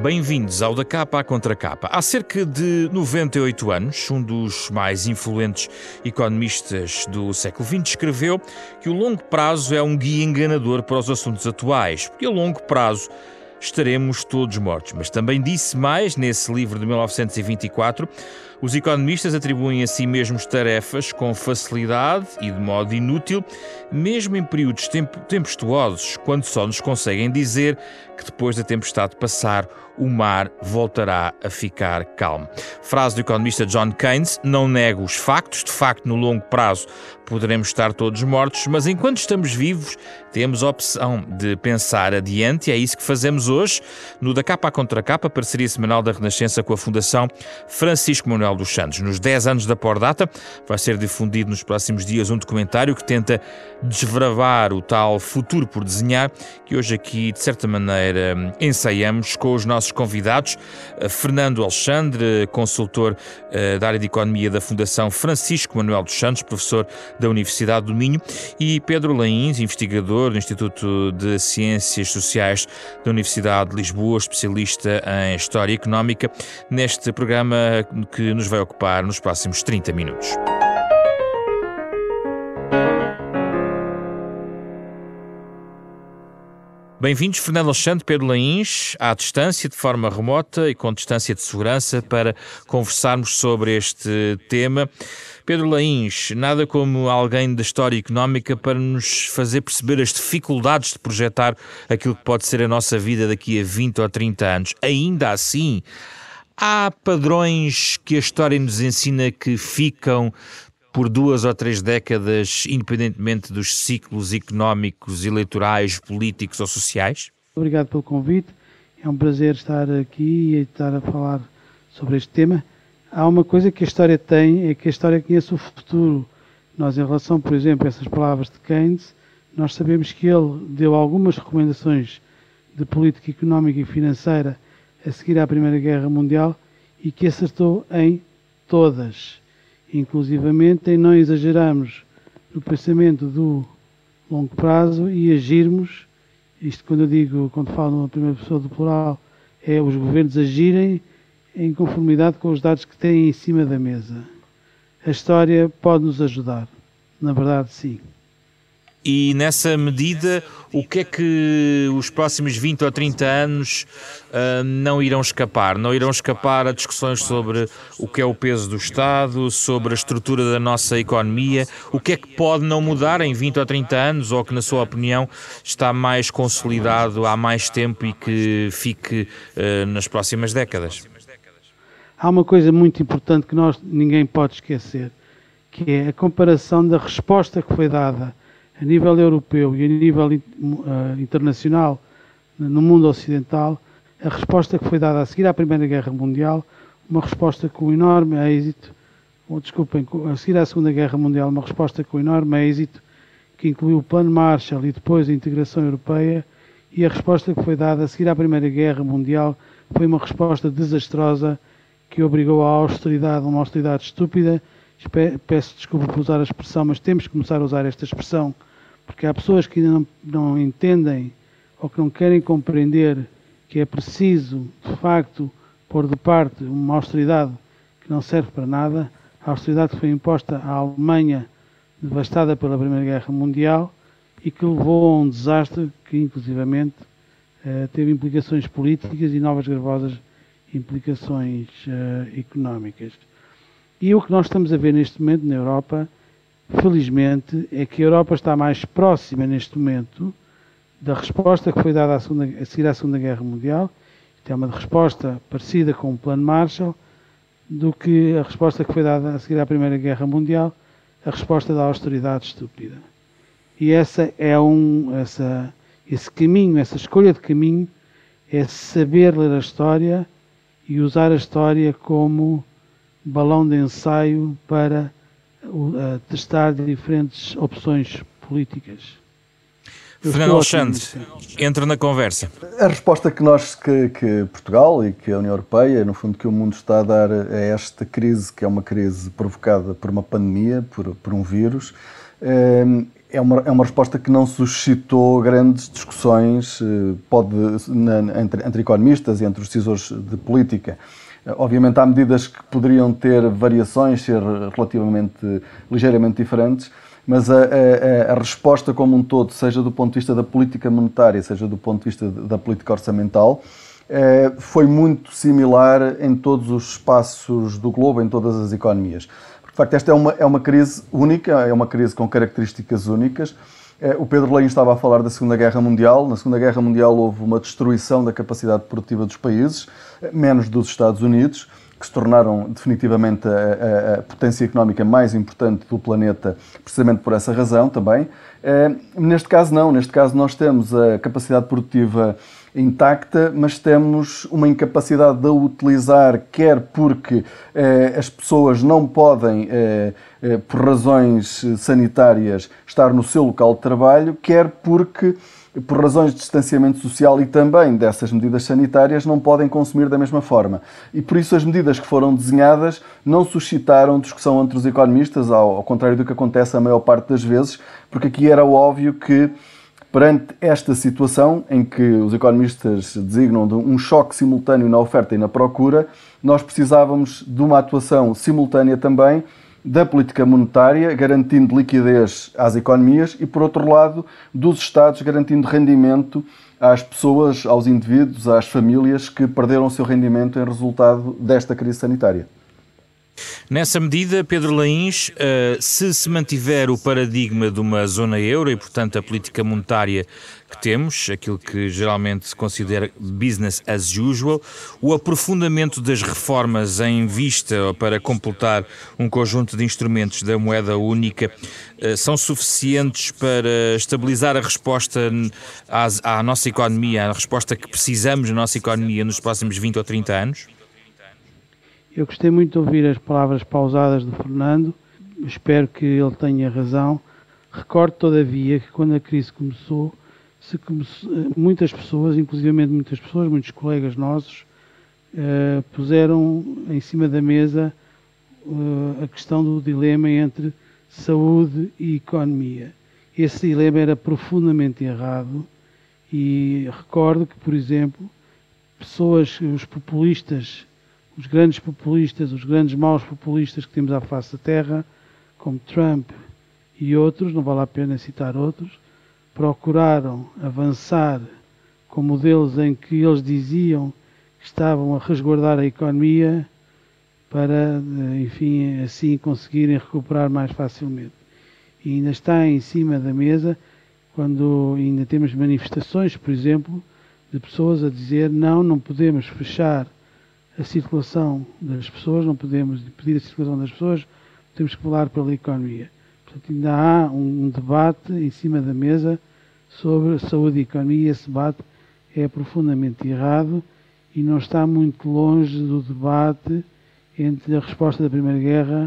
Bem-vindos ao Da Capa à Contra Capa. Há cerca de 98 anos, um dos mais influentes economistas do século XX escreveu que o longo prazo é um guia enganador para os assuntos atuais, porque a longo prazo estaremos todos mortos. Mas também disse mais, nesse livro de 1924, os economistas atribuem a si mesmos tarefas com facilidade e de modo inútil, mesmo em períodos tempestuosos, quando só nos conseguem dizer que depois da tempestade passar, o mar voltará a ficar calmo. Frase do economista John Keynes: não nego os factos, de facto, no longo prazo poderemos estar todos mortos, mas enquanto estamos vivos, temos a opção de pensar adiante, e é isso que fazemos hoje, no Da Capa à Contra Capa, parceria semanal da Renascença com a Fundação Francisco Manuel dos Santos. Nos 10 anos da Pordata, vai ser difundido nos próximos dias um documentário que tenta desbravar o tal futuro por desenhar, que hoje aqui, de certa maneira, ensaiamos com os nossos convidados, Fernando Alexandre, consultor da área de Economia da Fundação Francisco Manuel dos Santos, professor da Universidade do Minho, e Pedro Laíns, investigador do Instituto de Ciências Sociais da Universidade de Lisboa, especialista em História Económica, neste programa que nos vai ocupar nos próximos 30 minutos. Bem-vindos, Fernando Alexandre, Pedro Laíns, à distância, de forma remota e com distância de segurança, para conversarmos sobre este tema. Pedro Laíns, nada como alguém da história económica para nos fazer perceber as dificuldades de projetar aquilo que pode ser a nossa vida daqui a 20 ou 30 anos. Ainda assim, há padrões que a história nos ensina que ficam por 2 ou 3 décadas, independentemente dos ciclos económicos, eleitorais, políticos ou sociais? Obrigado pelo convite. É um prazer estar aqui e estar a falar sobre este tema. Há uma coisa que a história tem, é que a história conhece o futuro. Nós, em relação, por exemplo, a essas palavras de Keynes, nós sabemos que ele deu algumas recomendações de política económica e financeira a seguir à Primeira Guerra Mundial e que acertou em todas, inclusivamente em não exagerarmos no pensamento do longo prazo e agirmos, isto quando falo na primeira pessoa do plural, é os governos agirem em conformidade com os dados que têm em cima da mesa. A história pode nos ajudar, na verdade sim. E nessa medida, o que é que os próximos 20 ou 30 anos não irão escapar? Não irão escapar a discussões sobre o que é o peso do Estado, sobre a estrutura da nossa economia? O que é que pode não mudar em 20 ou 30 anos, ou que, na sua opinião, está mais consolidado há mais tempo e que fique nas próximas décadas? Há uma coisa muito importante que ninguém pode esquecer, que é a comparação da resposta que foi dada a nível europeu e a nível internacional no mundo ocidental, a resposta que foi dada a seguir à Primeira Guerra Mundial, uma resposta com enorme êxito, a seguir à Segunda Guerra Mundial, uma resposta com enorme êxito, que incluiu o Plano Marshall e depois a integração europeia, e a resposta que foi dada a seguir à Primeira Guerra Mundial foi uma resposta desastrosa que obrigou à austeridade, uma austeridade estúpida. Peço desculpa por usar a expressão, mas temos que começar a usar esta expressão, porque há pessoas que ainda não entendem ou que não querem compreender que é preciso, de facto, pôr de parte uma austeridade que não serve para nada. A austeridade que foi imposta à Alemanha, devastada pela Primeira Guerra Mundial, e que levou a um desastre que, inclusivamente, teve implicações políticas e novas gravosas implicações económicas. E o que nós estamos a ver neste momento na Europa, felizmente, é que a Europa está mais próxima neste momento da resposta que foi dada a seguir à Segunda Guerra Mundial, que é uma resposta parecida com o Plano Marshall, do que a resposta que foi dada a seguir à Primeira Guerra Mundial, a resposta da austeridade estúpida. E esse caminho, essa escolha de caminho, é saber ler a história e usar a história como balão de ensaio para testar diferentes opções políticas. Fernando Alexandre, entra na conversa. A resposta que Portugal e que a União Europeia, no fundo, que o mundo está a dar a esta crise, que é uma crise provocada por uma pandemia, por um vírus, é uma resposta que não suscitou grandes discussões entre economistas e entre os decisores de política. Obviamente há medidas que poderiam ter variações, ser relativamente, ligeiramente diferentes, mas a resposta como um todo, seja do ponto de vista da política monetária, seja do ponto de vista da política orçamental, foi muito similar em todos os espaços do globo, em todas as economias. Porque, de facto, esta é uma crise única, é uma crise com características únicas. O Pedro Lein estava a falar da Segunda Guerra Mundial. Na Segunda Guerra Mundial houve uma destruição da capacidade produtiva dos países, menos dos Estados Unidos, que se tornaram definitivamente a potência económica mais importante do planeta, precisamente por essa razão também. Neste caso não, neste caso nós temos a capacidade produtiva intacta, mas temos uma incapacidade de a utilizar, quer porque as pessoas não podem, por razões sanitárias, estar no seu local de trabalho, quer porque, por razões de distanciamento social e também dessas medidas sanitárias, não podem consumir da mesma forma. E por isso as medidas que foram desenhadas não suscitaram discussão entre os economistas, ao contrário do que acontece a maior parte das vezes, porque aqui era óbvio que, perante esta situação em que os economistas designam de um choque simultâneo na oferta e na procura, nós precisávamos de uma atuação simultânea também da política monetária, garantindo liquidez às economias, e, por outro lado, dos Estados, garantindo rendimento às pessoas, aos indivíduos, às famílias que perderam o seu rendimento em resultado desta crise sanitária. Nessa medida, Pedro Laíns, se mantiver o paradigma de uma zona euro e, portanto, a política monetária que temos, aquilo que geralmente se considera business as usual, o aprofundamento das reformas em vista para completar um conjunto de instrumentos da moeda única são suficientes para estabilizar a resposta à nossa economia, a resposta que precisamos na nossa economia nos próximos 20 ou 30 anos? Eu gostei muito de ouvir as palavras pausadas do Fernando, espero que ele tenha razão. Recordo, todavia, que quando a crise começou, muitas pessoas, inclusivamente muitos colegas nossos, puseram em cima da mesa a questão do dilema entre saúde e economia. Esse dilema era profundamente errado e recordo que, por exemplo, os populistas, os grandes populistas, os grandes maus populistas que temos à face da terra, como Trump e outros, não vale a pena citar outros, procuraram avançar com modelos em que eles diziam que estavam a resguardar a economia para, enfim, assim conseguirem recuperar mais facilmente. E ainda está em cima da mesa, quando ainda temos manifestações, por exemplo, de pessoas a dizer não podemos fechar a circulação das pessoas, não podemos impedir a circulação das pessoas, temos que falar pela economia. Portanto, ainda há um debate em cima da mesa sobre saúde e economia. Esse debate é profundamente errado e não está muito longe do debate entre a resposta à Primeira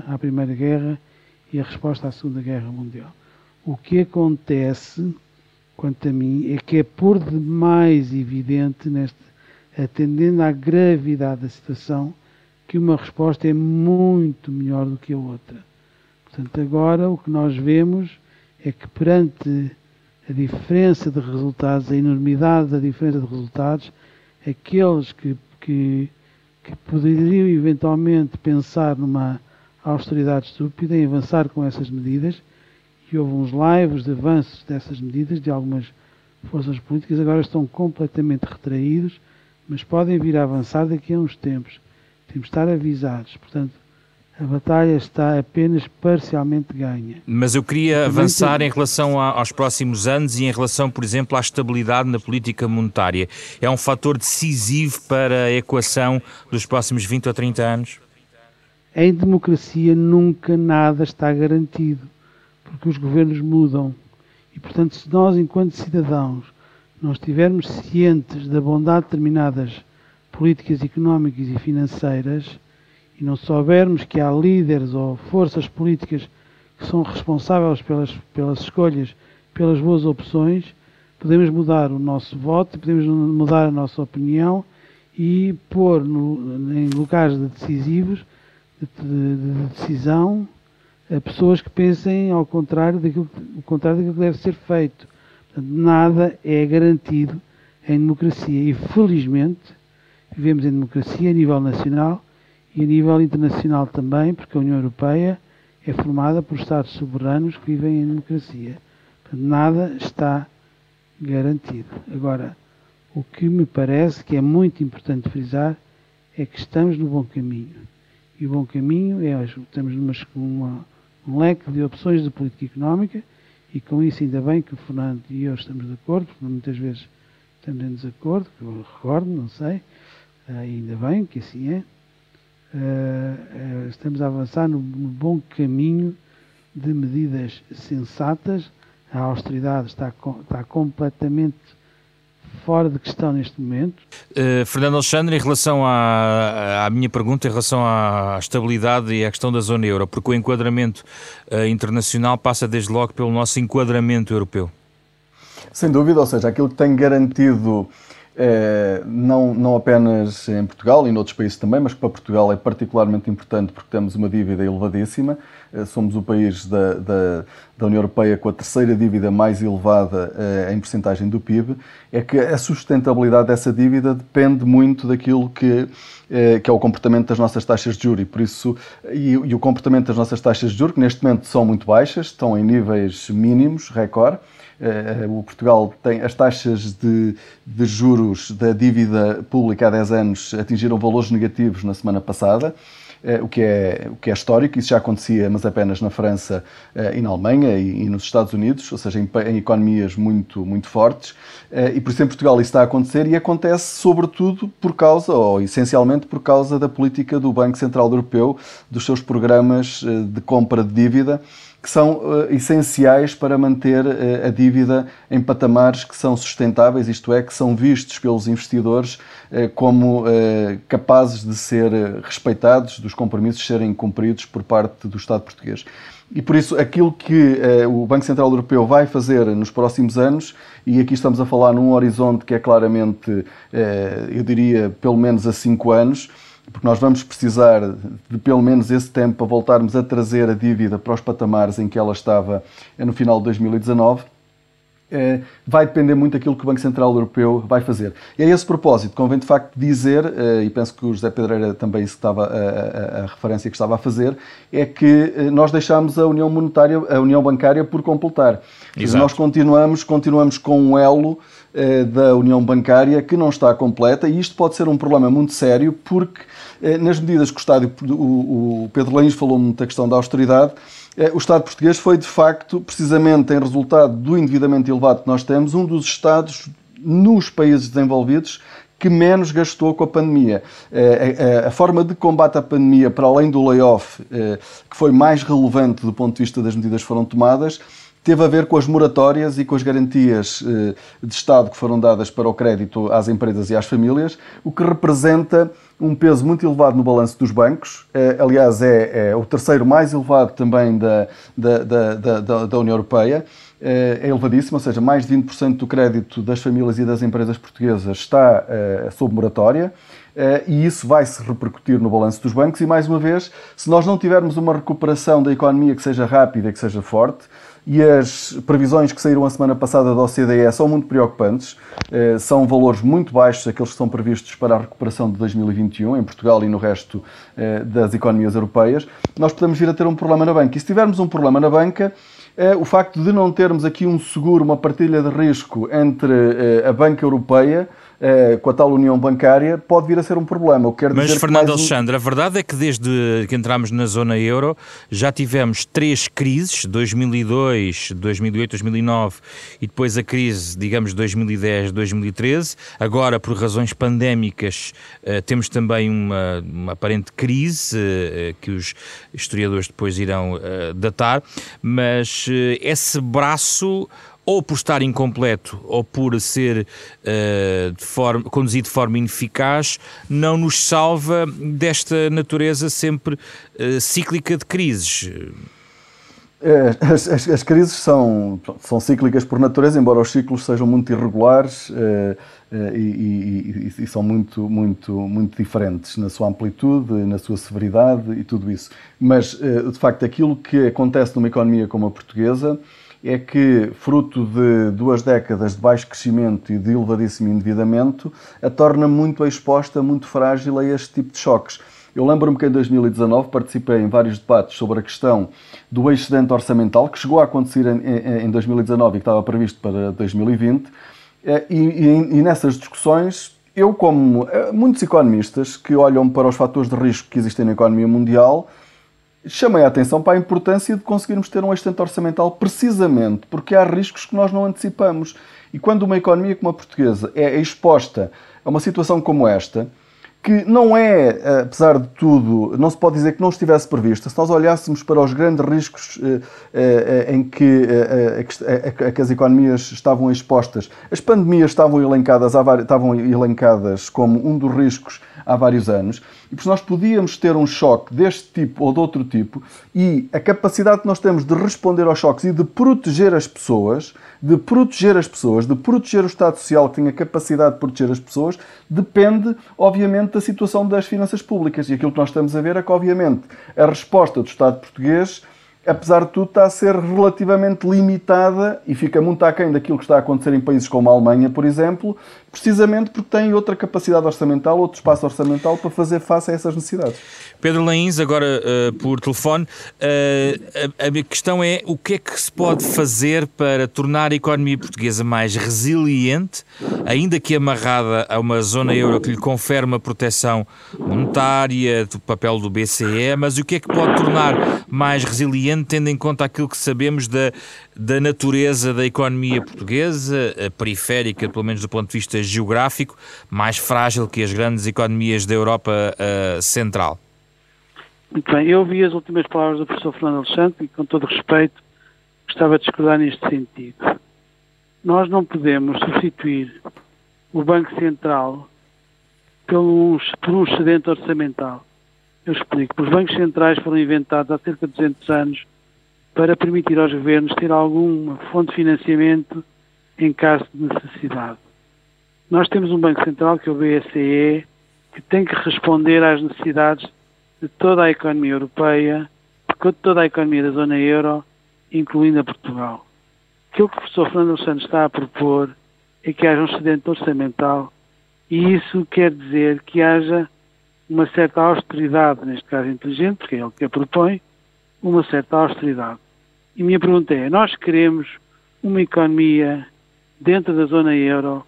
Guerra e a resposta à Segunda Guerra Mundial. O que acontece, quanto a mim, é que é por demais evidente, atendendo à gravidade da situação, que uma resposta é muito melhor do que a outra. Portanto, agora o que nós vemos é que, perante a diferença de resultados, a enormidade da diferença de resultados, aqueles que poderiam eventualmente pensar numa austeridade estúpida em avançar com essas medidas, e houve uns laivos de avanços dessas medidas, de algumas forças políticas, agora estão completamente retraídos, mas podem vir a avançar daqui a uns tempos. Temos de estar avisados. Portanto, a batalha está apenas parcialmente ganha. Mas eu queria avançar em relação aos próximos anos e em relação, por exemplo, à estabilidade na política monetária. É um fator decisivo para a equação dos próximos 20 ou 30 anos? Em democracia nunca nada está garantido, porque os governos mudam. E, portanto, se nós, enquanto cidadãos, não estivermos cientes da bondade de determinadas políticas económicas e financeiras e não soubermos que há líderes ou forças políticas que são responsáveis pelas escolhas, pelas boas opções, podemos mudar o nosso voto, podemos mudar a nossa opinião e pôr em lugares decisivos de decisão a pessoas que pensem ao contrário daquilo que deve ser feito. Portanto, nada é garantido em democracia e, felizmente, vivemos em democracia a nível nacional e a nível internacional também, porque a União Europeia é formada por Estados soberanos que vivem em democracia. Portanto, nada está garantido. Agora, o que me parece que é muito importante frisar é que estamos no bom caminho. E o bom caminho é, estamos um leque de opções de política económica, e com isso ainda bem que o Fernando e eu estamos de acordo, porque muitas vezes estamos em desacordo, que eu recordo, não sei, ainda bem que assim é. Estamos a avançar no bom caminho de medidas sensatas. A austeridade está completamente fora de questão neste momento. Fernando Alexandre, em relação à minha pergunta, em relação à estabilidade e à questão da zona euro, porque o enquadramento internacional passa desde logo pelo nosso enquadramento europeu. Sem dúvida, ou seja, aquilo que tem garantido, não apenas em Portugal e noutros países também, mas que para Portugal é particularmente importante porque temos uma dívida elevadíssima. Somos o país da União Europeia com a terceira dívida mais elevada em percentagem do PIB, é que a sustentabilidade dessa dívida depende muito daquilo que é o comportamento das nossas taxas de juros. E por isso, e o comportamento das nossas taxas de juros, que neste momento são muito baixas, estão em níveis mínimos, recorde. O Portugal tem as taxas de juros da dívida pública há 10 anos atingiram valores negativos na semana passada, o que é histórico. Isso já acontecia, mas apenas na França e na Alemanha e nos Estados Unidos, ou seja, em economias muito, muito fortes. E por isso em Portugal isso está a acontecer, e acontece sobretudo por causa, ou essencialmente por causa da política do Banco Central Europeu, dos seus programas de compra de dívida, que são essenciais para manter a dívida em patamares que são sustentáveis, isto é, que são vistos pelos investidores como capazes de ser respeitados, dos compromissos serem cumpridos por parte do Estado português. E por isso aquilo que o Banco Central Europeu vai fazer nos próximos anos, e aqui estamos a falar num horizonte que é claramente, eu diria, pelo menos a 5 anos, porque nós vamos precisar de pelo menos esse tempo para voltarmos a trazer a dívida para os patamares em que ela estava no final de 2019, vai depender muito daquilo que o Banco Central Europeu vai fazer. E a esse propósito, convém de facto dizer, e penso que o José Pedreira também isso estava a referência que estava a fazer, é que nós deixámos a União Monetária, a União Bancária por completar. Nós continuamos com um elo da União Bancária que não está completa, e isto pode ser um problema muito sério, porque nas medidas que o Estado, o Pedro Lins falou muito da questão da austeridade, o Estado português foi, de facto, precisamente em resultado do endividamento elevado que nós temos, um dos Estados nos países desenvolvidos que menos gastou com a pandemia. A forma de combate à pandemia, para além do layoff, que foi mais relevante do ponto de vista das medidas que foram tomadas, teve a ver com as moratórias e com as garantias de Estado que foram dadas para o crédito às empresas e às famílias, o que representa um peso muito elevado no balanço dos bancos. Aliás, é o terceiro mais elevado também da União Europeia. É elevadíssimo, ou seja, mais de 20% do crédito das famílias e das empresas portuguesas está sob moratória. E isso vai se repercutir no balanço dos bancos. E, mais uma vez, se nós não tivermos uma recuperação da economia que seja rápida e que seja forte, e as previsões que saíram a semana passada da OCDE são muito preocupantes, são valores muito baixos, aqueles que são previstos para a recuperação de 2021, em Portugal e no resto das economias europeias, nós podemos vir a ter um problema na banca. E se tivermos um problema na banca, o facto de não termos aqui um seguro, uma partilha de risco entre a banca europeia com a tal união bancária, pode vir a ser um problema. Mas, Fernando Alexandre, a verdade é que desde que entramos na zona euro já tivemos 3 crises, 2002, 2008, 2009 e depois a crise, digamos, 2010, 2013. Agora, por razões pandémicas, temos também uma aparente crise que os historiadores depois irão datar, mas esse braço, ou por estar incompleto ou por ser conduzido de forma ineficaz, não nos salva desta natureza sempre cíclica de crises. As crises são cíclicas por natureza, embora os ciclos sejam muito irregulares e são muito diferentes na sua amplitude, na sua severidade e tudo isso. Mas, de facto, aquilo que acontece numa economia como a portuguesa é que, fruto de 2 décadas de baixo crescimento e de elevadíssimo endividamento, a torna muito exposta, muito frágil a este tipo de choques. Eu lembro-me que em 2019 participei em vários debates sobre a questão do excedente orçamental, que chegou a acontecer em 2019 e que estava previsto para 2020, e nessas discussões, eu, como muitos economistas que olham para os fatores de risco que existem na economia mundial, chamei a atenção para a importância de conseguirmos ter um excedente orçamental precisamente porque há riscos que nós não antecipamos. E quando uma economia como a portuguesa é exposta a uma situação como esta, que não é, apesar de tudo, não se pode dizer que não estivesse prevista. Se nós olhássemos para os grandes riscos em que as economias estavam expostas, as pandemias estavam elencadas como um dos riscos há vários anos, e por isso nós podíamos ter um choque deste tipo ou de outro tipo, e a capacidade que nós temos de responder aos choques e de proteger as pessoas, de proteger o Estado Social que tem a capacidade de proteger as pessoas, depende, obviamente, da situação das finanças públicas. E aquilo que nós estamos a ver é que, obviamente, a resposta do Estado português, apesar de tudo, está a ser relativamente limitada e fica muito aquém daquilo que está a acontecer em países como a Alemanha, por exemplo, precisamente porque tem outra capacidade orçamental, outro espaço orçamental para fazer face a essas necessidades. Pedro Laínz, agora por telefone, a questão é o que é que se pode fazer para tornar a economia portuguesa mais resiliente, ainda que amarrada a uma zona euro que lhe confere uma proteção monetária, do papel do BCE, mas o que é que pode tornar mais resiliente, tendo em conta aquilo que sabemos da natureza da economia portuguesa, periférica, pelo menos do ponto de vista geográfico, mais frágil que as grandes economias da Europa Central? Muito bem, eu ouvi as últimas palavras do professor Fernando Alexandre e, com todo respeito, gostava de discordar neste sentido. Nós não podemos substituir o Banco Central por um excedente orçamental. Eu explico. Os bancos centrais foram inventados há cerca de 200 anos para permitir aos governos ter alguma fonte de financiamento em caso de necessidade. Nós temos um Banco Central, que é o BCE, que tem que responder às necessidades de toda a economia europeia, de toda a economia da zona euro, incluindo a Portugal. Aquilo que o professor Fernando Santos está a propor é que haja um excedente orçamental, e isso quer dizer que haja uma certa austeridade, neste caso inteligente, porque é ele que a propõe, uma certa austeridade. E a minha pergunta é, nós queremos uma economia dentro da zona euro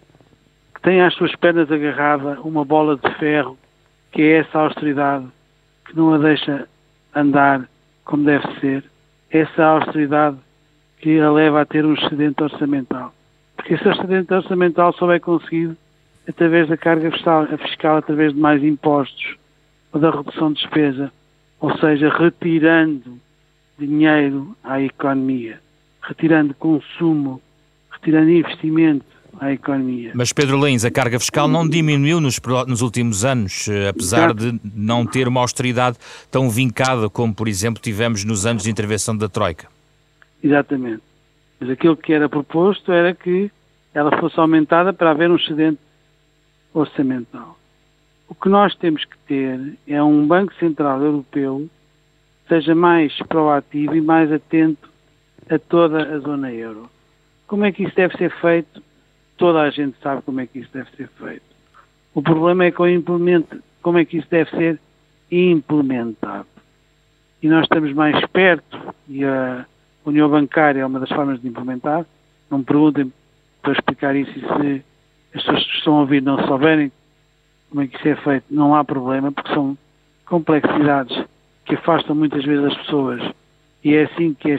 que tenha às suas pernas agarrada uma bola de ferro, que é essa austeridade, que não a deixa andar como deve ser, essa austeridade que a leva a ter um excedente orçamental. Porque esse excedente orçamental só é conseguido através da carga fiscal, através de mais impostos ou da redução de despesa, ou seja, retirando dinheiro à economia, retirando consumo, retirando investimento à economia. Mas, Pedro Laínz, a carga fiscal não diminuiu nos últimos anos, apesar de não ter uma austeridade tão vincada como, por exemplo, tivemos nos anos de intervenção da Troika. Exatamente. Mas aquilo que era proposto era que ela fosse aumentada para haver um excedente orçamental. O que nós temos que ter é um Banco Central Europeu que seja mais proativo e mais atento a toda a zona euro. Como é que isso deve ser feito? Toda a gente sabe como é que isso deve ser feito. O problema é como é que isso deve ser implementado. E nós estamos mais perto, e a União Bancária é uma das formas de implementar. Não me perguntem para explicar isso, e se as pessoas que estão a ouvir não souberem como é que isso é feito, não há problema, porque são complexidades que afastam muitas vezes as pessoas, e é assim que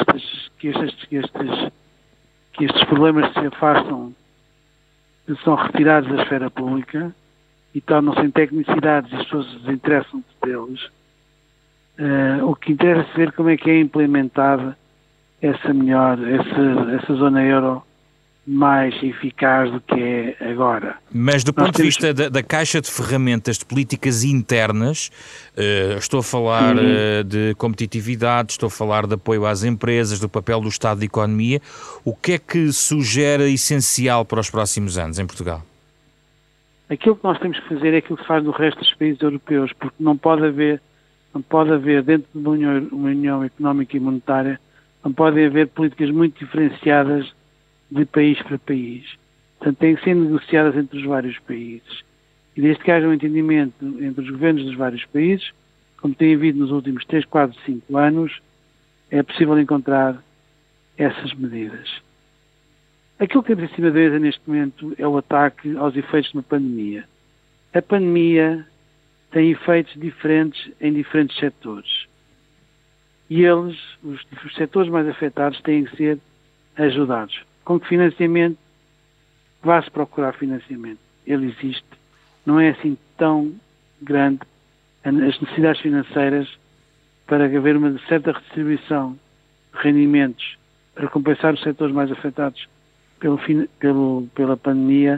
estes problemas se afastam, são retirados da esfera pública e tornam-se em tecnicidades e as pessoas desinteressam-se deles. O que interessa é ver como é que é implementada essa zona euro mais eficaz do que é agora. Mas do ponto de vista da caixa de ferramentas de políticas internas, estou a falar de competitividade, estou a falar de apoio às empresas, do papel do Estado de economia, o que é que sugere essencial para os próximos anos em Portugal? Aquilo que nós temos que fazer é aquilo que se faz no resto dos países europeus, porque não pode haver dentro de uma União Económica e Monetária, não podem haver políticas muito diferenciadas de país para país. Portanto, têm que ser negociadas entre os vários países. E desde que haja um entendimento entre os governos dos vários países, como tem havido nos últimos 3, 4, 5 anos, é possível encontrar essas medidas. Aquilo que temos em cima da mesa neste momento é o ataque aos efeitos de uma pandemia. A pandemia tem efeitos diferentes em diferentes setores. E eles, os setores mais afetados, têm que ser ajudados. Com que financiamento? Vá-se procurar financiamento. Ele existe. Não é assim tão grande as necessidades financeiras para haver uma certa redistribuição de rendimentos para compensar os setores mais afetados pela pandemia,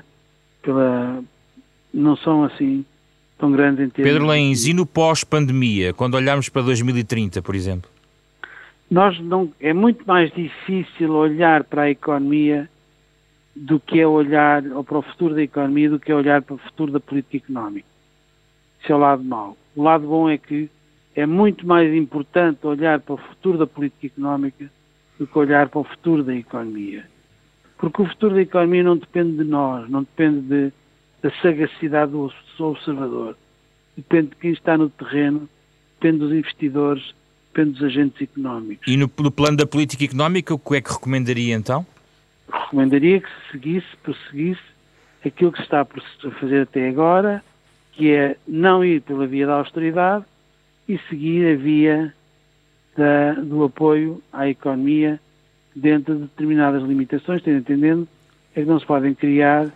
não são assim tão grandes em termos... Pedro Lains, e no pós-pandemia, quando olharmos para 2030, por exemplo? É muito mais difícil olhar para a economia do que é olhar, ou para o futuro da economia, do que é olhar para o futuro da política económica. Esse é o lado mau. O lado bom é que é muito mais importante olhar para o futuro da política económica do que olhar para o futuro da economia. Porque o futuro da economia não depende de nós, não depende da sagacidade do observador. Depende de quem está no terreno, depende dos investidores, depende dos agentes económicos. E no plano da política económica, o que é que recomendaria então? Recomendaria que se prosseguisse aquilo que se está a fazer até agora, que é não ir pela via da austeridade e seguir a via do apoio à economia dentro de determinadas limitações, tendo entendendo é que não se podem criar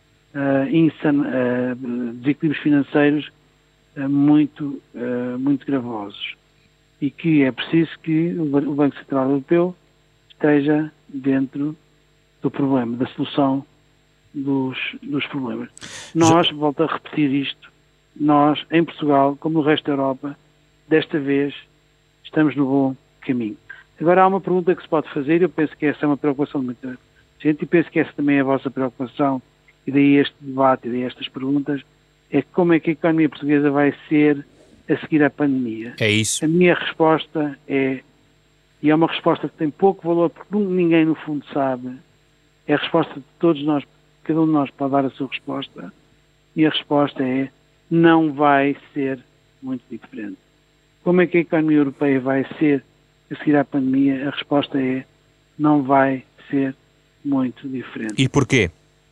desequilíbrios financeiros muito gravosos. E que é preciso que o Banco Central Europeu esteja dentro do problema, da solução dos problemas. Nós, volto a repetir isto, nós, em Portugal, como no resto da Europa, desta vez, estamos no bom caminho. Agora, há uma pergunta que se pode fazer, eu penso que essa é uma preocupação de muita gente, e penso que essa também é a vossa preocupação, e daí este debate, e daí estas perguntas, é como é que a economia portuguesa vai ser a seguir à pandemia. É isso. A minha resposta é, e é uma resposta que tem pouco valor, porque ninguém no fundo sabe, é a resposta de todos nós, cada um de nós pode dar a sua resposta, e a resposta é, não vai ser muito diferente. Como é que a economia europeia vai ser a seguir à pandemia? A resposta é, não vai ser muito diferente. E porquê?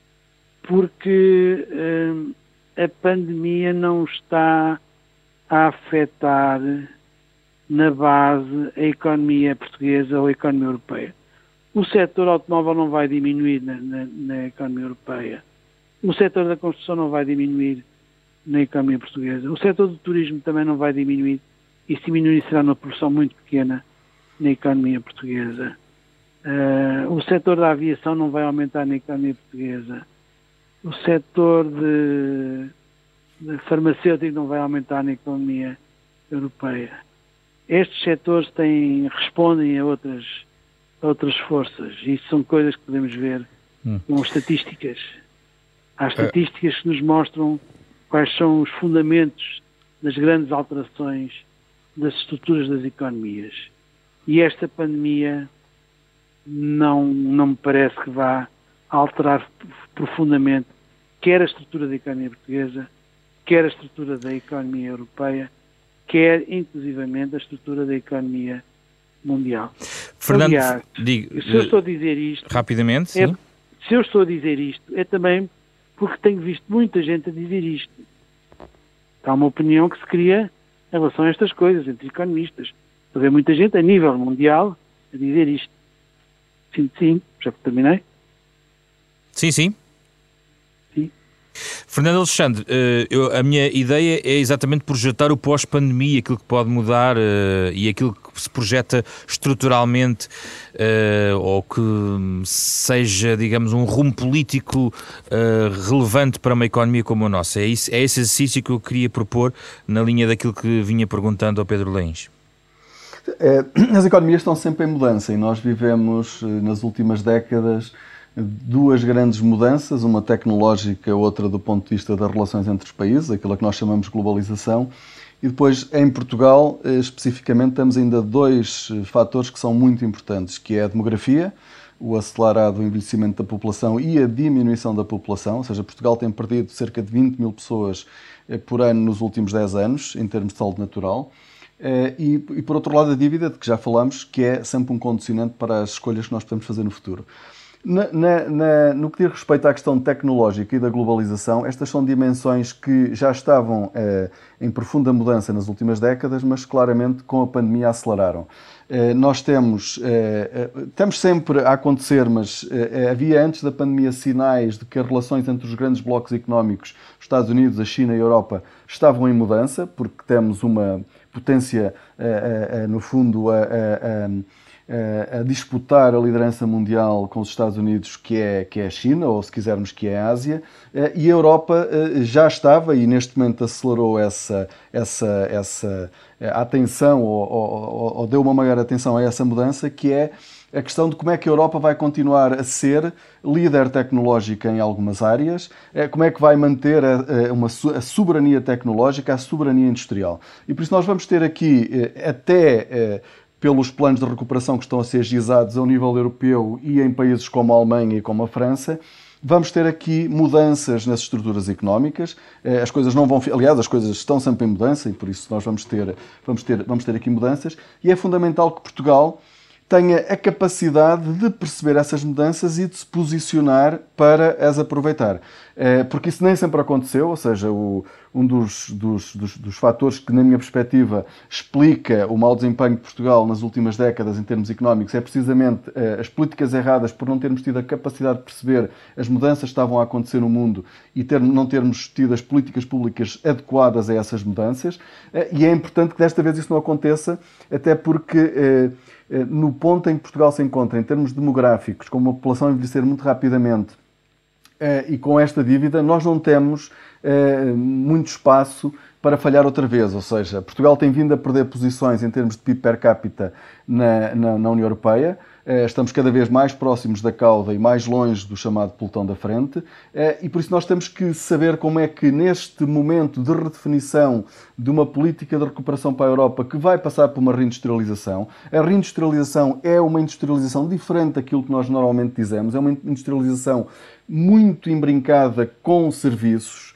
Porque a pandemia não está a afetar na base a economia portuguesa ou a economia europeia. O setor automóvel não vai diminuir na economia europeia. O setor da construção não vai diminuir na economia portuguesa. O setor do turismo também não vai diminuir. E se diminuir será numa proporção muito pequena na economia portuguesa. O setor da aviação não vai aumentar na economia portuguesa. O setor de farmacêutico não vai aumentar na economia europeia. Estes setores respondem a outras forças. E isso são coisas que podemos ver com estatísticas. Há estatísticas que nos mostram quais são os fundamentos das grandes alterações das estruturas das economias. E esta pandemia não me parece que vá alterar profundamente quer a estrutura da economia portuguesa, quer a estrutura da economia europeia, quer inclusivamente a estrutura da economia mundial. Fernando, aliás, se eu estou a dizer isto... Rapidamente, sim. Se eu estou a dizer isto, é também porque tenho visto muita gente a dizer isto. Há uma opinião que se cria em relação a estas coisas, entre economistas. Estou a ver muita gente a nível mundial a dizer isto. Sim, já terminei? Sim. Sim. Fernando Alexandre, a minha ideia é exatamente projetar o pós-pandemia, aquilo que pode mudar e aquilo que se projeta estruturalmente ou que seja, digamos, um rumo político relevante para uma economia como a nossa. É esse exercício que eu queria propor na linha daquilo que vinha perguntando ao Pedro Lins. As economias estão sempre em mudança e nós vivemos nas últimas décadas duas grandes mudanças, uma tecnológica, outra do ponto de vista das relações entre os países, aquilo que nós chamamos de globalização, e depois em Portugal, especificamente, temos ainda dois fatores que são muito importantes, que é a demografia, o acelerado envelhecimento da população e a diminuição da população, ou seja, Portugal tem perdido cerca de 20 mil pessoas por ano nos últimos 10 anos, em termos de saúde natural. E por outro lado a dívida, de que já falamos, que é sempre um condicionante para as escolhas que nós podemos fazer no futuro. No que diz respeito à questão tecnológica e da globalização, estas são dimensões que já estavam em profunda mudança nas últimas décadas, mas claramente com a pandemia aceleraram. Nós temos sempre a acontecer, mas havia antes da pandemia sinais de que as relações entre os grandes blocos económicos, os Estados Unidos, a China e a Europa, estavam em mudança, porque temos uma potência, no fundo, a disputar a liderança mundial com os Estados Unidos, que é a China, ou se quisermos que é a Ásia, e a Europa já estava, e neste momento acelerou essa atenção, ou deu uma maior atenção a essa mudança, que é a questão de como é que a Europa vai continuar a ser líder tecnológica em algumas áreas, como é que vai manter a soberania tecnológica, a soberania industrial. E por isso nós vamos ter aqui, até pelos planos de recuperação que estão a ser gizados ao nível europeu e em países como a Alemanha e como a França, vamos ter aqui mudanças nas estruturas económicas. As coisas não vão... Aliás, as coisas estão sempre em mudança e por isso nós vamos ter aqui mudanças. E é fundamental que Portugal tenha a capacidade de perceber essas mudanças e de se posicionar para as aproveitar. Porque isso nem sempre aconteceu, ou seja, um dos fatores que, na minha perspectiva, explica o mau desempenho de Portugal nas últimas décadas em termos económicos é precisamente as políticas erradas por não termos tido a capacidade de perceber as mudanças que estavam a acontecer no mundo e não termos tido as políticas públicas adequadas a essas mudanças. E é importante que desta vez isso não aconteça, até porque no ponto em que Portugal se encontra, em termos demográficos, com uma população a envelhecer muito rapidamente e com esta dívida, nós não temos muito espaço para falhar outra vez. Ou seja, Portugal tem vindo a perder posições em termos de PIB per capita na União Europeia. Estamos cada vez mais próximos da cauda e mais longe do chamado pelotão da frente, e por isso nós temos que saber como é que neste momento de redefinição de uma política de recuperação para a Europa que vai passar por uma reindustrialização, a reindustrialização é uma industrialização diferente daquilo que nós normalmente dizemos, é uma industrialização muito imbrincada com serviços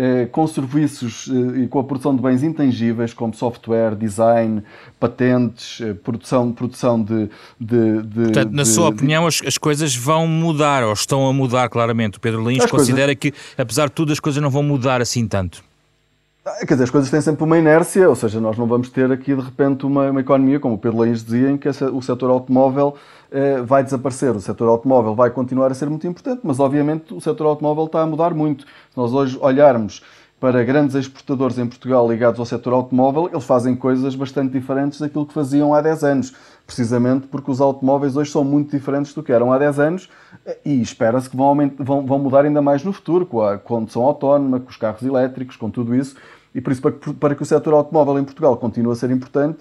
e com a produção de bens intangíveis como software, design, patentes, produção de... Portanto, na sua opinião, as coisas vão mudar, ou estão a mudar claramente. O Pedro Lins considera que, apesar de tudo, as coisas não vão mudar assim tanto. Quer dizer, as coisas têm sempre uma inércia, ou seja, nós não vamos ter aqui de repente uma economia, como o Pedro Lins dizia, em que o setor automóvel vai desaparecer. O setor automóvel vai continuar a ser muito importante, mas obviamente o setor automóvel está a mudar muito. Se nós hoje olharmos para grandes exportadores em Portugal ligados ao setor automóvel, eles fazem coisas bastante diferentes daquilo que faziam há 10 anos, precisamente porque os automóveis hoje são muito diferentes do que eram há 10 anos e espera-se que vão mudar ainda mais no futuro, com a condução autónoma, com os carros elétricos, com tudo isso. E por isso, para que o setor automóvel em Portugal continue a ser importante,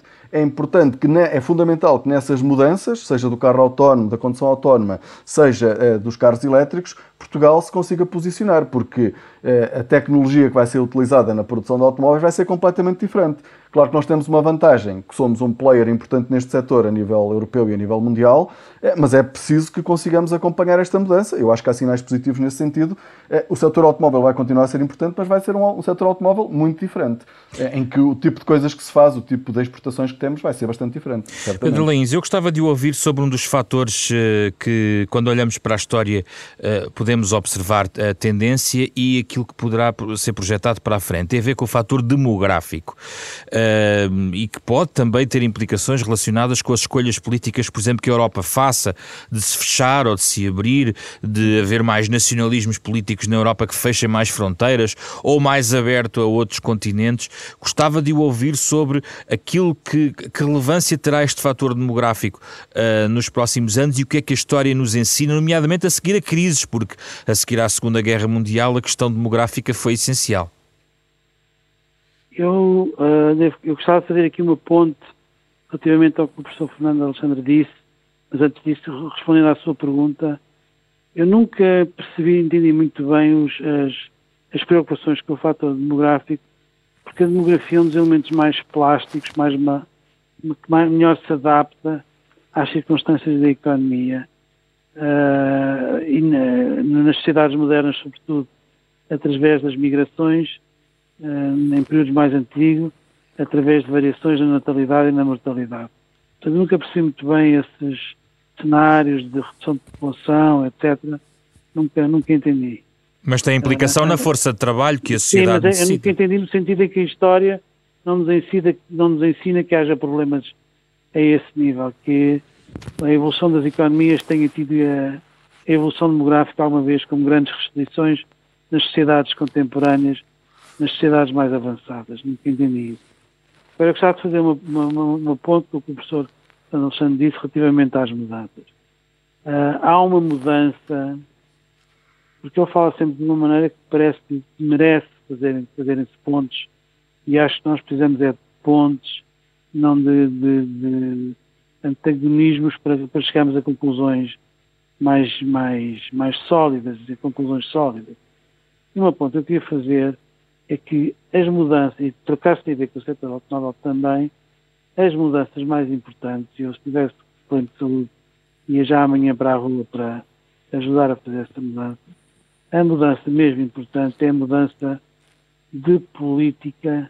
é fundamental que nessas mudanças, seja do carro autónomo, da condução autónoma, seja dos carros elétricos, Portugal se consiga posicionar, porque a tecnologia que vai ser utilizada na produção de automóveis vai ser completamente diferente. Claro que nós temos uma vantagem, que somos um player importante neste setor a nível europeu e a nível mundial, mas é preciso que consigamos acompanhar esta mudança. Eu acho que há sinais positivos nesse sentido. O setor automóvel vai continuar a ser importante, mas vai ser um setor automóvel muito diferente, em que o tipo de coisas que se faz, o tipo de exportações que temos vai ser bastante diferente, certamente. Pedro Lins, eu gostava de ouvir sobre um dos fatores que, quando olhamos para a história, podemos observar a tendência e aquilo que poderá ser projetado para a frente. Tem a ver com o fator demográfico e que pode também ter implicações relacionadas com as escolhas políticas, por exemplo, que a Europa faça, de se fechar ou de se abrir, de haver mais nacionalismos políticos na Europa que fechem mais fronteiras ou mais aberto a outros continentes. Gostava de o ouvir sobre aquilo que relevância terá este fator demográfico nos próximos anos e o que é que a história nos ensina, nomeadamente a seguir a crises, porque a seguir à Segunda Guerra Mundial a questão demográfica foi essencial. Eu gostava de fazer aqui uma ponte relativamente ao que o professor Fernando Alexandre disse, mas antes disso, respondendo à sua pergunta, eu nunca entendi muito bem as preocupações com o fator demográfico, porque a demografia é um dos elementos mais plásticos, que melhor se adapta às circunstâncias da economia e nas sociedades modernas, sobretudo, através das migrações, em períodos mais antigos, através de variações na natalidade e na mortalidade. Portanto, nunca percebi muito bem esses cenários de redução de população, etc. Nunca entendi. Mas tem implicação na força de trabalho que a sociedade necessita. Eu nunca entendi no sentido em que a história não nos ensina que haja problemas a esse nível, que a evolução das economias tenha tido a evolução demográfica alguma vez como grandes restrições nas sociedades contemporâneas, nas sociedades mais avançadas. Nunca entendi isso. Agora eu gostava de fazer uma ponte com o que o professor Alexandre disse relativamente às mudanças. Há uma mudança, porque ele fala sempre de uma maneira que parece que merece fazerem-se pontes, e acho que nós precisamos de pontes, não de antagonismos para chegarmos a conclusões mais sólidas, a conclusões sólidas. E uma ponte que eu queria fazer é que as mudanças, e trocar-se de ideia com o setor automóvel também, as mudanças mais importantes, eu se tivesse plano de saúde, ia já amanhã para a rua para ajudar a fazer essa mudança. A mudança mesmo importante é a mudança de políticas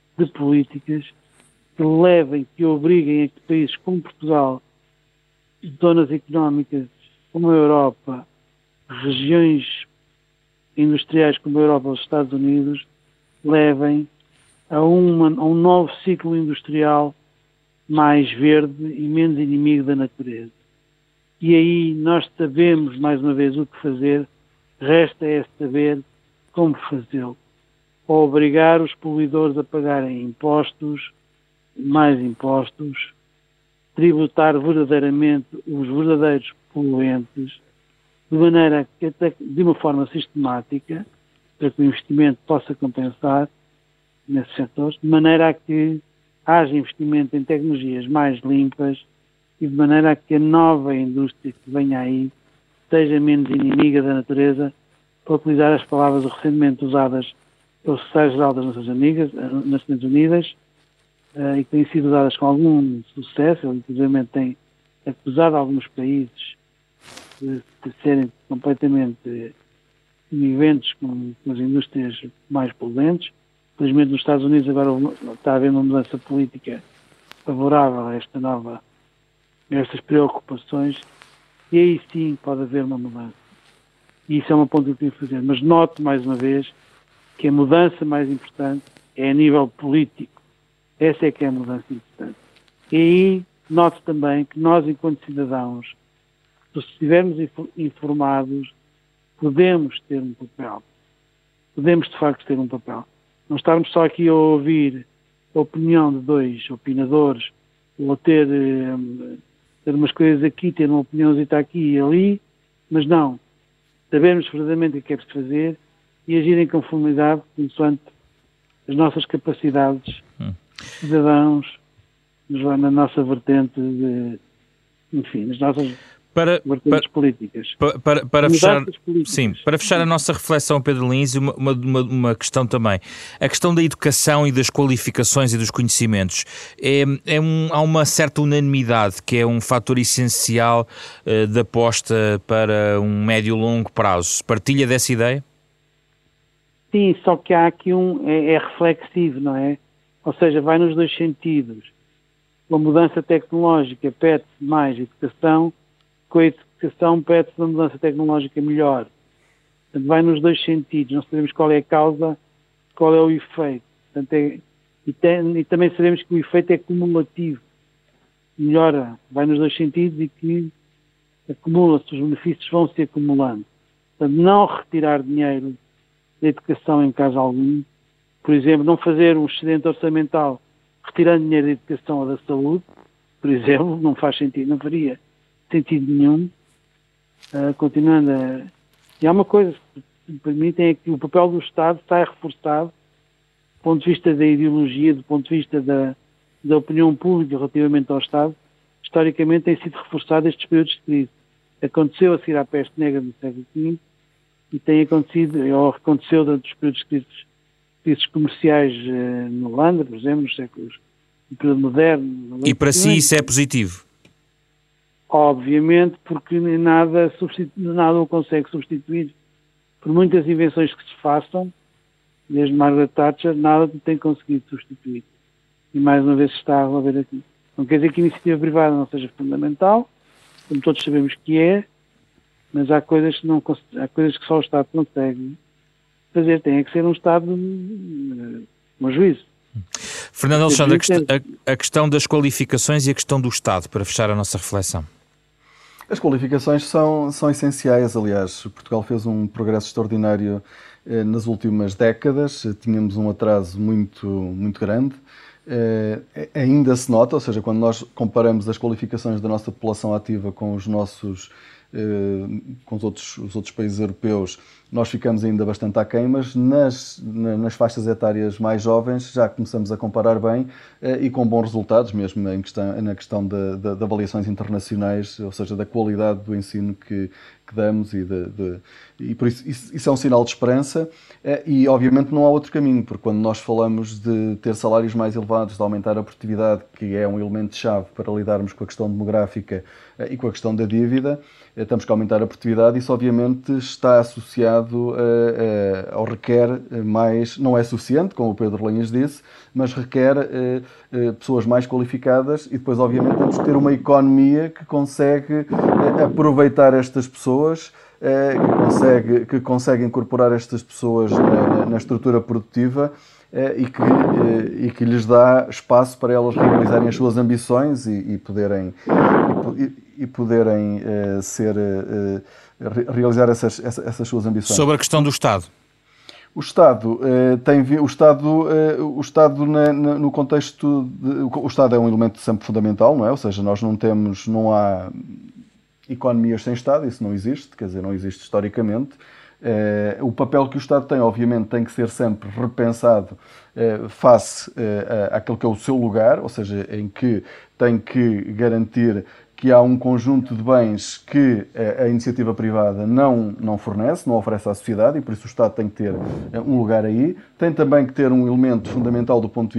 que levem, que obriguem a que países como Portugal, zonas económicas como a Europa, regiões industriais como a Europa ou os Estados Unidos, levem a um novo ciclo industrial mais verde e menos inimigo da natureza. E aí nós sabemos, mais uma vez, o que fazer, resta é saber como fazê-lo. Ou obrigar os poluidores a pagarem impostos, mais impostos, tributar verdadeiramente os verdadeiros poluentes, de maneira que, até de uma forma sistemática, para que o investimento possa compensar nesses setores, de maneira a que haja investimento em tecnologias mais limpas e de maneira a que a nova indústria que venha aí seja menos inimiga da natureza, para utilizar as palavras recentemente usadas pelo Secretário-Geral das Nações Unidas e que têm sido usadas com algum sucesso. Ele, inclusive, tem acusado alguns países de serem completamente coniventes com as indústrias mais poluentes. Felizmente, nos Estados Unidos agora está a haver uma mudança política favorável a estas preocupações, e aí sim pode haver uma mudança. E isso é uma ponta que eu queria fazer. Mas note, mais uma vez, que a mudança mais importante é a nível político. Essa é que é a mudança importante. E aí note também que nós, enquanto cidadãos, se estivermos informados, podemos ter um papel. Podemos, de facto, ter um papel. Não estarmos só aqui a ouvir a opinião de dois opinadores, ou ter umas coisas aqui, ter uma opiniãozita aqui e ali, mas não. Sabermos verdadeiramente o que é preciso fazer e agir em conformidade consoante as nossas capacidades, cidadãos, na nossa vertente nas nossas vertentes políticas. Para fechar a nossa reflexão, Pedro Lins, uma questão também. A questão da educação e das qualificações e dos conhecimentos. Há uma certa unanimidade que é um fator essencial de aposta para um médio e longo prazo. Partilha dessa ideia? Sim, só que há aqui é reflexivo, não é? Ou seja, vai nos dois sentidos. com a mudança tecnológica pede-se mais educação, com a educação pede-se uma mudança tecnológica melhor. Portanto, vai nos dois sentidos. Não sabemos qual é a causa, qual é o efeito. Portanto, e também sabemos que o efeito é cumulativo. Melhora, vai nos dois sentidos e que acumula-se, os benefícios vão se acumulando. Portanto, não retirar dinheiro da educação em caso algum. Por exemplo, não fazer um excedente orçamental retirando dinheiro da educação ou da saúde, por exemplo, não faz sentido, não faria sentido nenhum. Continuando a... E há uma coisa que me permitem, é que o papel do Estado está reforçado do ponto de vista da ideologia, do ponto de vista da opinião pública relativamente ao Estado. Historicamente tem sido reforçado estes períodos de crise. Aconteceu a seguir à peste negra no século V e tem acontecido, ou aconteceu durante os períodos de crises comerciais na Holanda, por exemplo, nos séculos do período moderno. E para si isso é positivo? Obviamente, porque nada o consegue substituir. Por muitas invenções que se façam, desde Margaret Thatcher, nada tem conseguido substituir. E mais uma vez se está a resolver aqui. Não quer dizer que a iniciativa privada não seja fundamental, como todos sabemos que é, mas há coisas que só o Estado consegue fazer. Tem que ser um Estado com juízo. Fernando Alexandre, a questão das qualificações e a questão do Estado, para fechar a nossa reflexão. As qualificações são essenciais, aliás. Portugal fez um progresso extraordinário nas últimas décadas, tínhamos um atraso muito grande. Ainda se nota, ou seja, quando nós comparamos as qualificações da nossa população ativa com os outros países europeus, nós ficamos ainda bastante aquém, mas nas faixas etárias mais jovens já começamos a comparar bem e com bons resultados, mesmo na questão de avaliações internacionais, ou seja, da qualidade do ensino que damos e por isso é um sinal de esperança e obviamente não há outro caminho, porque quando nós falamos de ter salários mais elevados, de aumentar a produtividade, que é um elemento-chave para lidarmos com a questão demográfica e com a questão da dívida, temos que aumentar a produtividade. Isso obviamente está associado ao requer mais, não é suficiente, como o Pedro Lanhas disse, mas requer pessoas mais qualificadas e depois obviamente temos que ter uma economia que consegue aproveitar estas pessoas, que consegue incorporar estas pessoas na estrutura produtiva e que lhes dá espaço para elas realizarem as suas ambições e poderem realizar essas suas ambições. Sobre a questão do Estado. O Estado no contexto o Estado é um elemento sempre fundamental, não é? Ou seja, não há economias sem Estado, isso não existe, quer dizer, não existe historicamente. O papel que o Estado tem, obviamente, tem que ser sempre repensado face àquele que é o seu lugar, ou seja, em que tem que garantir que há um conjunto de bens que a iniciativa privada não fornece, não oferece à sociedade e por isso o Estado tem que ter um lugar aí. Tem também que ter um elemento fundamental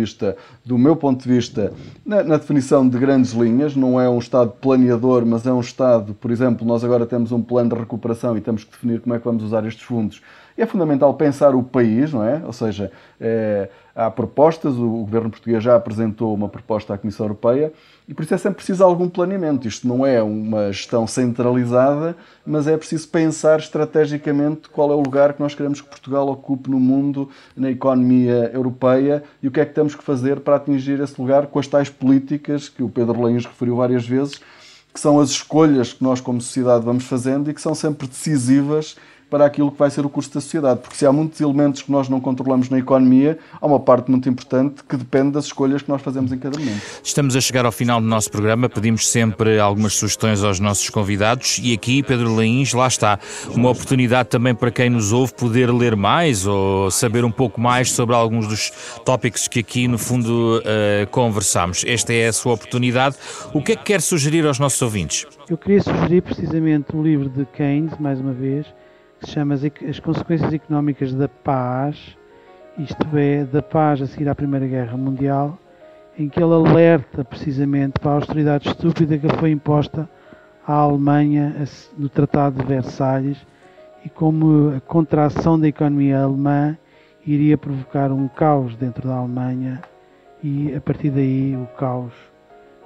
do meu ponto de vista, na definição de grandes linhas. Não é um Estado planeador, mas é um Estado, por exemplo, nós agora temos um plano de recuperação e temos que definir como é que vamos usar estes fundos. É fundamental pensar o país, não é? Ou seja, há propostas, o governo português já apresentou uma proposta à Comissão Europeia e por isso é sempre preciso algum planeamento. Isto não é uma gestão centralizada, mas é preciso pensar estrategicamente qual é o lugar que nós queremos que Portugal ocupe no mundo, na economia europeia e o que é que temos que fazer para atingir esse lugar com as tais políticas que o Pedro Lanhas referiu várias vezes, que são as escolhas que nós como sociedade vamos fazendo e que são sempre decisivas para aquilo que vai ser o curso da sociedade. Porque se há muitos elementos que nós não controlamos na economia, há uma parte muito importante que depende das escolhas que nós fazemos em cada momento. Estamos a chegar ao final do nosso programa, pedimos sempre algumas sugestões aos nossos convidados e aqui, Pedro Lanhas, lá está, uma oportunidade também para quem nos ouve poder ler mais ou saber um pouco mais sobre alguns dos tópicos que aqui, no fundo, conversamos. Esta é a sua oportunidade. O que é que quer sugerir aos nossos ouvintes? Eu queria sugerir precisamente um livro de Keynes, mais uma vez, que se chama As Consequências Económicas da Paz, isto é, da paz a seguir à Primeira Guerra Mundial, em que ele alerta precisamente para a austeridade estúpida que foi imposta à Alemanha no Tratado de Versalhes e como a contração da economia alemã iria provocar um caos dentro da Alemanha e, a partir daí, o caos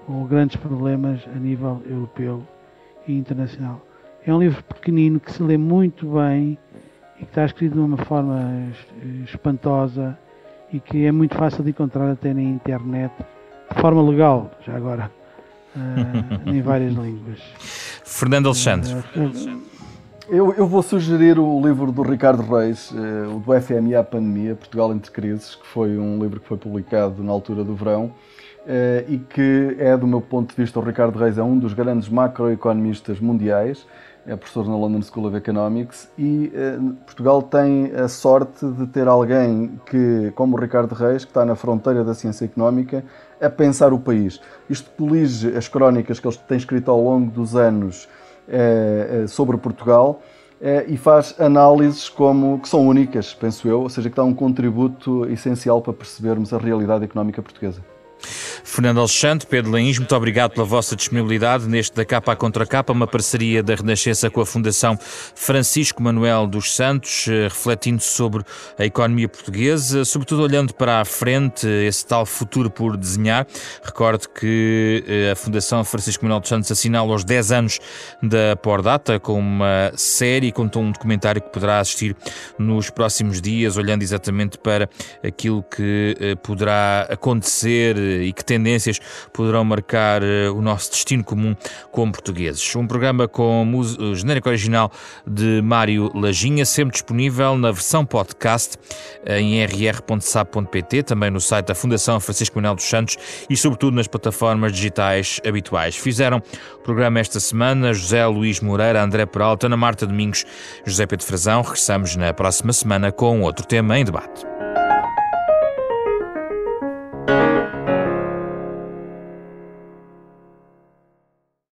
com grandes problemas a nível europeu e internacional. É um livro pequenino que se lê muito bem e que está escrito de uma forma espantosa e que é muito fácil de encontrar até na internet, de forma legal, já agora, em várias línguas. Fernando Alexandre. Eu vou sugerir o livro do Ricardo Reis, o do FMI à Pandemia, Portugal entre Crises, que foi um livro que foi publicado na altura do verão e que é, do meu ponto de vista, o Ricardo Reis é um dos grandes macroeconomistas mundiais, é professor na London School of Economics e Portugal tem a sorte de ter alguém que, como o Ricardo Reis, que está na fronteira da ciência económica, a pensar o país. Isto colige as crónicas que ele tem escrito ao longo dos anos sobre Portugal e faz análises que são únicas, penso eu, ou seja, que dá um contributo essencial para percebermos a realidade económica portuguesa. Fernando Alexandre, Pedro Lainz, muito obrigado pela vossa disponibilidade neste Da Capa à Contra Capa, uma parceria da Renascença com a Fundação Francisco Manuel dos Santos, refletindo sobre a economia portuguesa, sobretudo olhando para a frente, esse tal futuro por desenhar. Recordo que a Fundação Francisco Manuel dos Santos assinala os 10 anos da Pordata com uma série, com um documentário que poderá assistir nos próximos dias, olhando exatamente para aquilo que poderá acontecer e que tendências poderão marcar o nosso destino comum como portugueses. Um programa com o genérico original de Mário Lajinha, sempre disponível na versão podcast em rr.sap.pt, também no site da Fundação Francisco Manuel dos Santos e sobretudo nas plataformas digitais habituais. Fizeram o programa esta semana José Luís Moreira, André Peralta, Ana Marta Domingos, José Pedro Frazão. Regressamos na próxima semana com outro tema em debate.